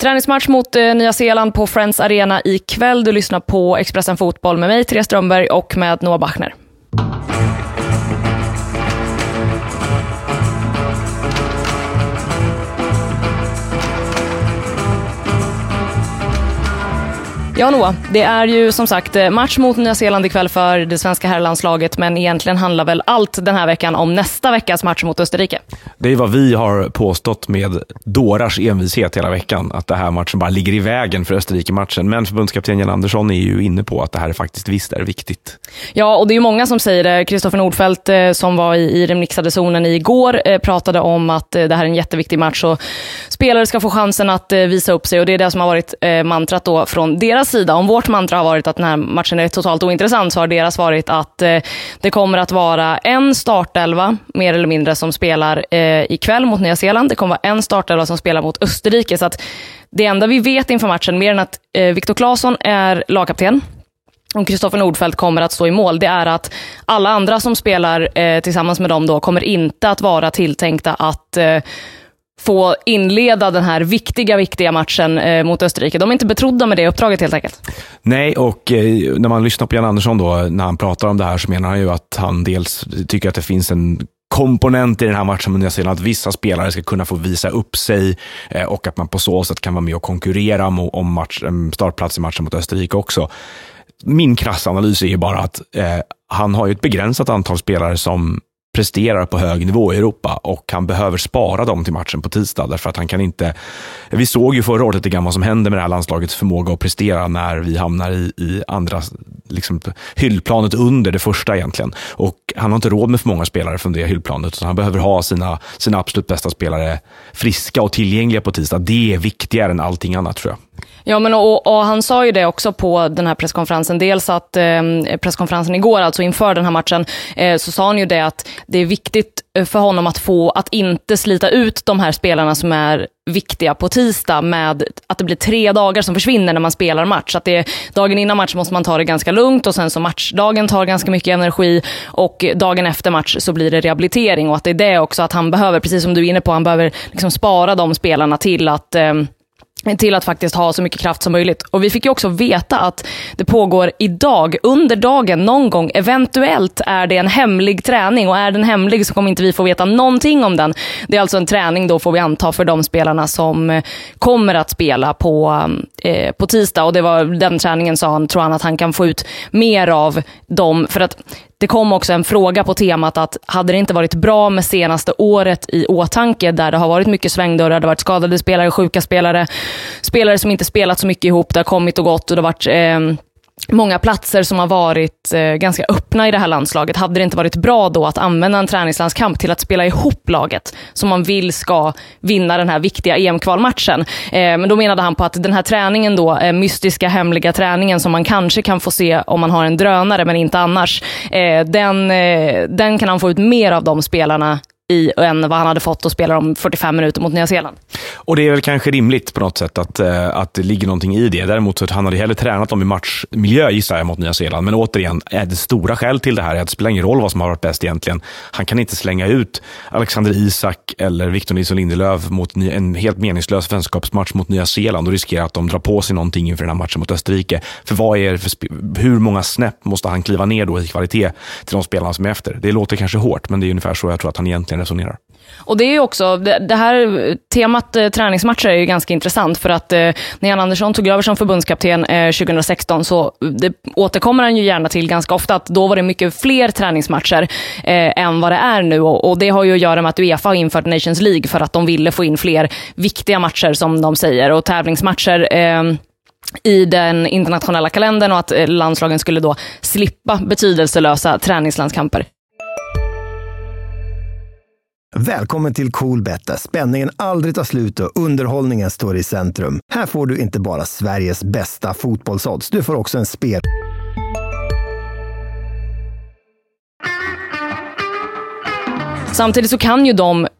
Träningsmatch mot Nya Zeeland på Friends Arena ikväll. Du lyssnar på Expressen Fotboll med mig, Therese Strömberg, och med Noah Bachner. Ja, Noah, det är ju som sagt match mot Nya Zeeland ikväll för det svenska herrlandslaget, men egentligen handlar väl allt den här veckan om nästa veckas match mot Österrike. Det är vad vi har påstått med dårars envishet hela veckan, att det här matchen bara ligger i vägen för Österrike-matchen. Men förbundskapten Jan Andersson är ju inne på att det här faktiskt visst är viktigt. Ja, och det är ju många som säger det. Kristoffer Nordfeldt som var i den mixade zonen igår pratade om att det här är en jätteviktig match och spelare ska få chansen att visa upp sig, och det är det som har varit mantrat då från deras sida. Om vårt mantra har varit att den här matchen är totalt ointressant, så har deras varit att det kommer att vara en startelva mer eller mindre som spelar ikväll mot Nya Zeeland. Det kommer vara en startelva som spelar mot Österrike, så att det enda vi vet inför matchen, mer än att Viktor Claesson är lagkapten och Kristoffer Nordfeldt kommer att stå i mål, det är att alla andra som spelar tillsammans med dem då kommer inte att vara tilltänkta att få inleda den här viktiga matchen mot Österrike. De är inte betrodda med det uppdraget helt enkelt. Nej, och när man lyssnar på Jan Andersson då, när han pratar om det här, så menar han ju att han dels tycker att det finns en komponent i den här matchen med Nya Zeeland, att vissa spelare ska kunna få visa upp sig och att man på så sätt kan vara med och konkurrera om startplats i matchen mot Österrike också. Min krassa analys är ju bara att han har ju ett begränsat antal spelare som presterar på hög nivå i Europa, och han behöver spara dem till matchen på tisdag, därför att han kan inte. Vi såg ju förra året lite grann vad som hände med det här landslagets förmåga att prestera när vi hamnar i andra liksom hyllplanet under det första egentligen, och han har inte råd med för många spelare från det hyllplanet, så han behöver ha sina absolut bästa spelare friska och tillgängliga på tisdag. Det är viktigare än allting annat, tror jag. Ja, men och han sa ju det också på den här presskonferensen. Dels att presskonferensen igår, alltså inför den här matchen, så sa han ju det att det är viktigt för honom att inte slita ut de här spelarna som är viktiga på tisdag, med att det blir 3 dagar som försvinner när man spelar match. Att det dagen innan match måste man ta det ganska lugnt, och sen så matchdagen tar ganska mycket energi, och dagen efter match så blir det rehabilitering, och att det är det också att han behöver, precis som du är inne på, han behöver liksom spara de spelarna till att faktiskt ha så mycket kraft som möjligt. Och vi fick ju också veta att det pågår idag, under dagen någon gång, eventuellt är det en hemlig träning, och är den hemlig så kommer inte vi få veta någonting om den. Det är alltså en träning då, får vi anta, för de spelarna som kommer att spela på tisdag, och det var den träningen, sa han, tror han att han kan få ut mer av dem, för att det kom också en fråga på temat att hade det inte varit bra med senaste året i åtanke, där det har varit mycket svängdörrar, det har varit skadade spelare, sjuka spelare som inte spelat så mycket ihop, det har kommit och gått, och det har varit många platser som har varit ganska öppna i det här landslaget. Hade det inte varit bra då att använda en träningslandskamp till att spela ihop laget som man vill ska vinna den här viktiga EM-kvalmatchen? Men då menade han på att den här träningen då, mystiska hemliga träningen som man kanske kan få se om man har en drönare men inte annars, den kan han få ut mer av de spelarna än vad han hade fått att spela om 45 minuter mot Nya Zeeland. Och det är väl kanske rimligt på något sätt att det ligger någonting i det. Däremot så han hade hellre tränat dem i matchmiljö, gissar jag, mot Nya Zeeland. Men återigen, är det stora skäl till det här är att det spelar ingen roll vad som har varit bäst egentligen. Han kan inte slänga ut Alexander Isak eller Victor Nilsson Lindelöf mot en helt meningslös vänskapsmatch mot Nya Zeeland och riskera att de drar på sig någonting inför den här matchen mot Österrike. För hur många snäpp måste han kliva ner då i kvalitet till de spelarna som är efter? Det låter kanske hårt, men det är ungefär så jag tror att han egentligen resonerar. Och det är ju också, det här temat träningsmatcher är ju ganska intressant, för att när Jan Andersson tog över som förbundskapten 2016 så det återkommer han ju gärna till ganska ofta, att då var det mycket fler träningsmatcher än vad det är nu, och det har ju att göra med att UEFA har infört Nations League för att de ville få in fler viktiga matcher, som de säger, och tävlingsmatcher i den internationella kalendern, och att landslagen skulle då slippa betydelselösa träningslandskamper. Välkommen till Coolbet, där spänningen aldrig tar slut och underhållningen står i centrum. Här får du inte bara Sveriges bästa fotbollsodds, du får också en spel. Samtidigt så kan ju de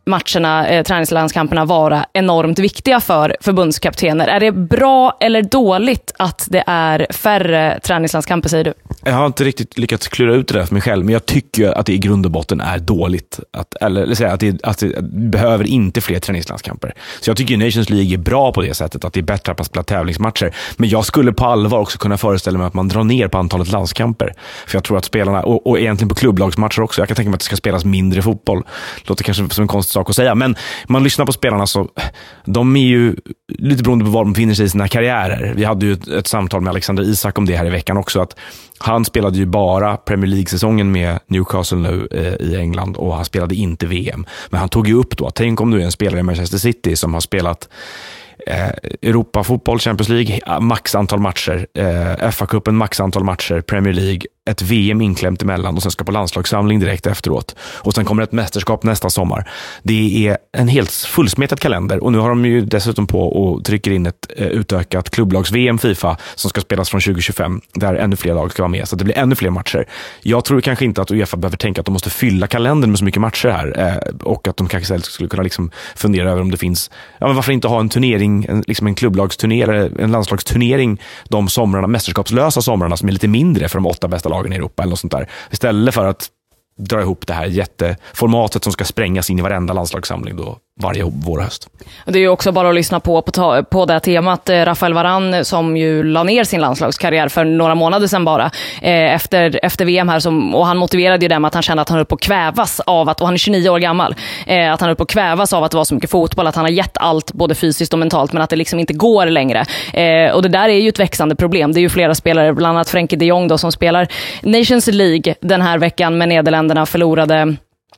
matcherna, träningslandskamperna, vara enormt viktiga för förbundskaptener. Är det bra eller dåligt att det är färre träningslandskamper, säger du? Jag har inte riktigt lyckats klura ut det där för mig själv, men jag tycker att det i grund och botten är dåligt. Eller säga att det behöver inte fler träningslandskamper. Så jag tycker Nations League är bra på det sättet, att det är bättre att man spelar tävlingsmatcher. Men jag skulle på allvar också kunna föreställa mig att man drar ner på antalet landskamper. För jag tror att spelarna, och egentligen på klubblagsmatcher också, jag kan tänka mig att det ska spelas mindre fotboll. Det låter kanske som en konstig sak att säga, men man lyssnar på spelarna så de är ju lite beroende på var de befinner sig i sina karriärer. Vi hade ju ett samtal med Alexander Isak om det här i veckan också, att han spelade ju bara Premier League-säsongen med Newcastle nu i England, och han spelade inte VM. Men han tog ju upp då, tänk om du är en spelare i Manchester City som har spelat Europa-fotboll, Champions League, max antal matcher, FA-cupen, max antal matcher, Premier League, ett VM inklämt emellan och sen ska på landslagssamling direkt efteråt. Och sen kommer ett mästerskap nästa sommar. Det är en helt fullsmetad kalender, och nu har de ju dessutom på och trycker in ett utökat klubblags-VM FIFA som ska spelas från 2025, där ännu fler lag ska vara med, så det blir ännu fler matcher. Jag tror kanske inte att UEFA behöver tänka att de måste fylla kalendern med så mycket matcher här, och att de kanske skulle kunna liksom fundera över om det finns, men varför inte ha en turnering, liksom en klubblagsturnering, en landslagsturnering de somrarna, mästerskapslösa somrarna som är lite mindre för de 8 bästa lagen i Europa eller något sånt där. Istället för att dra ihop det här jätteformatet som ska sprängas in i varenda landslagssamling då varje vår och höst. Det är ju också bara att lyssna på det här temat. Rafael Varane, som ju la ner sin landslagskarriär för några månader sedan bara efter VM här, och han motiverade ju det med att han kände att han höll på att kvävas av att, och han är 29 år gammal, att han höll på att kvävas av att det var så mycket fotboll, att han har gett allt både fysiskt och mentalt, men att det liksom inte går längre. Och det där är ju ett växande problem. Det är ju flera spelare, bland annat Frenkie de Jong då, som spelar Nations League den här veckan med Nederländerna, förlorade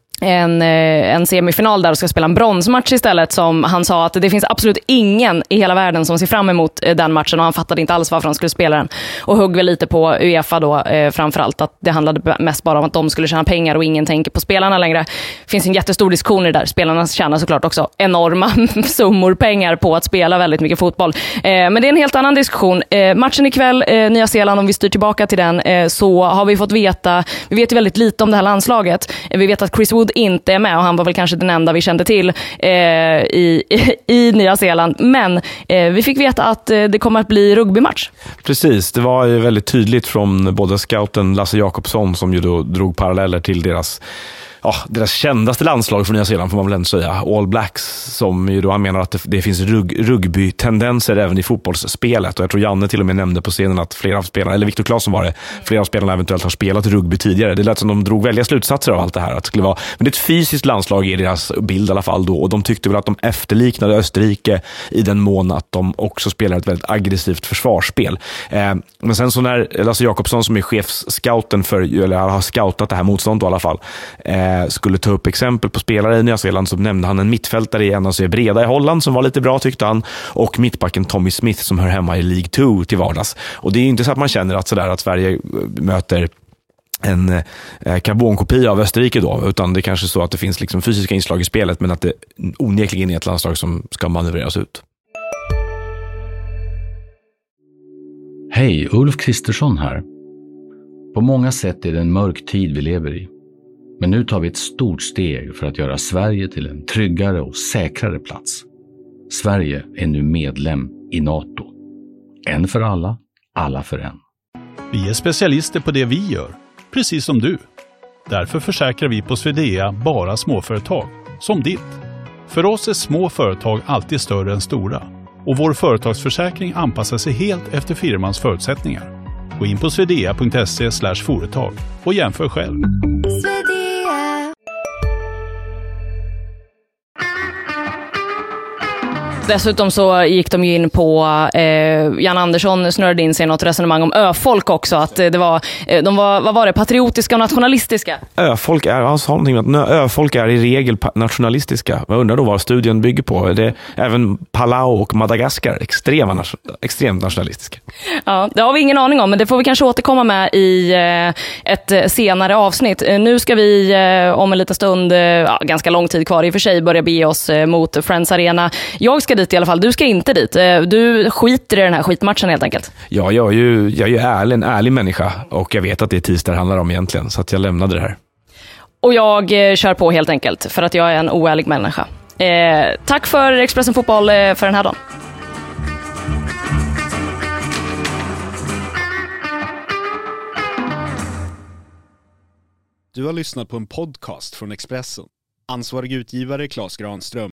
en semifinal där och ska spela en bronsmatch istället, som han sa att det finns absolut ingen i hela världen som ser fram emot den matchen, och han fattade inte alls varför han skulle spela den, och högg väl lite på UEFA då, framförallt att det handlade mest bara om att de skulle tjäna pengar och ingen tänker på spelarna längre. Det finns en jättestor diskussion i det där. Spelarna tjänar såklart också enorma summor pengar på att spela väldigt mycket fotboll, men det är en helt annan diskussion. Matchen ikväll, Nya Zeeland, om vi styr tillbaka till den, så har vi fått veta, vi vet ju väldigt lite om det här landslaget. Vi vet att Chris Wood inte är med, och han var väl kanske den enda vi kände till i Nya Zeeland, men vi fick veta att det kommer att bli rugbymatch. Precis, det var ju väldigt tydligt från både scouten Lasse Jakobsson, som ju då drog paralleller till deras kändaste landslag från Nya Zeeland, får man väl ändå säga, All Blacks, som ju då han menar att det finns rugby-tendenser även i fotbollsspelet, och jag tror Janne till och med nämnde på scenen att flera av spelarna, eller Viktor Claesson var det, flera av spelarna eventuellt har spelat rugby tidigare. Det lät som de drog välja slutsatser av allt det här, att det skulle vara, men det är ett fysiskt landslag i deras bild i alla fall då, och de tyckte väl att de efterliknade Österrike i den mån att de också spelar ett väldigt aggressivt försvarsspel. Men sen så när Lasse Jakobsson, som är chefscouten eller har scoutat det här motståndet i alla fall, skulle ta upp exempel på spelare i Nya Zeeland, så nämnde han en mittfältare i NAC Breda i Holland som var lite bra, tyckte han, och mittbacken Tommy Smith som hör hemma i League 2 till vardags. Och det är inte så att man känner att Sverige möter en karbonkopia av Österrike då, utan det är kanske så att det finns liksom fysiska inslag i spelet, men att det onekligen är ett landslag som ska manövreras ut. Hej, Ulf Kristersson här. På många sätt är det en mörk tid vi lever i. Men nu tar vi ett stort steg för att göra Sverige till en tryggare och säkrare plats. Sverige är nu medlem i NATO. En för alla, alla för en. Vi är specialister på det vi gör, precis som du. Därför försäkrar vi på Swedea bara småföretag, som ditt. För oss är små företag alltid större än stora. Och vår företagsförsäkring anpassar sig helt efter firmans förutsättningar. Gå in på swedea.se/företag och jämför själv. Dessutom så gick de ju in på Jan Andersson snurrade in sig något resonemang om öfolk också, att det var vad var det, patriotiska och nationalistiska. Öfolk är i regel nationalistiska. Jag undrar då vad studien bygger på. Det är även Palau och Madagaskar extremt nationalistiska. Ja, det har vi ingen aning om, men det får vi kanske återkomma med i ett senare avsnitt. Nu ska vi om en liten stund, ganska lång tid kvar i och för sig, börja bege oss mot Friends Arena. Jag ska dit i alla fall, du ska inte dit. Du skiter i den här skitmatchen helt enkelt. Ja, jag är ju en ärlig människa, och jag vet att det är tisdag det handlar om egentligen, så att jag lämnade det här. Och jag kör på helt enkelt för att jag är en oärlig människa. Tack för Expressen Fotboll för den här dagen. Du har lyssnat på en podcast från Expressen. Ansvarig utgivare Claes Granström.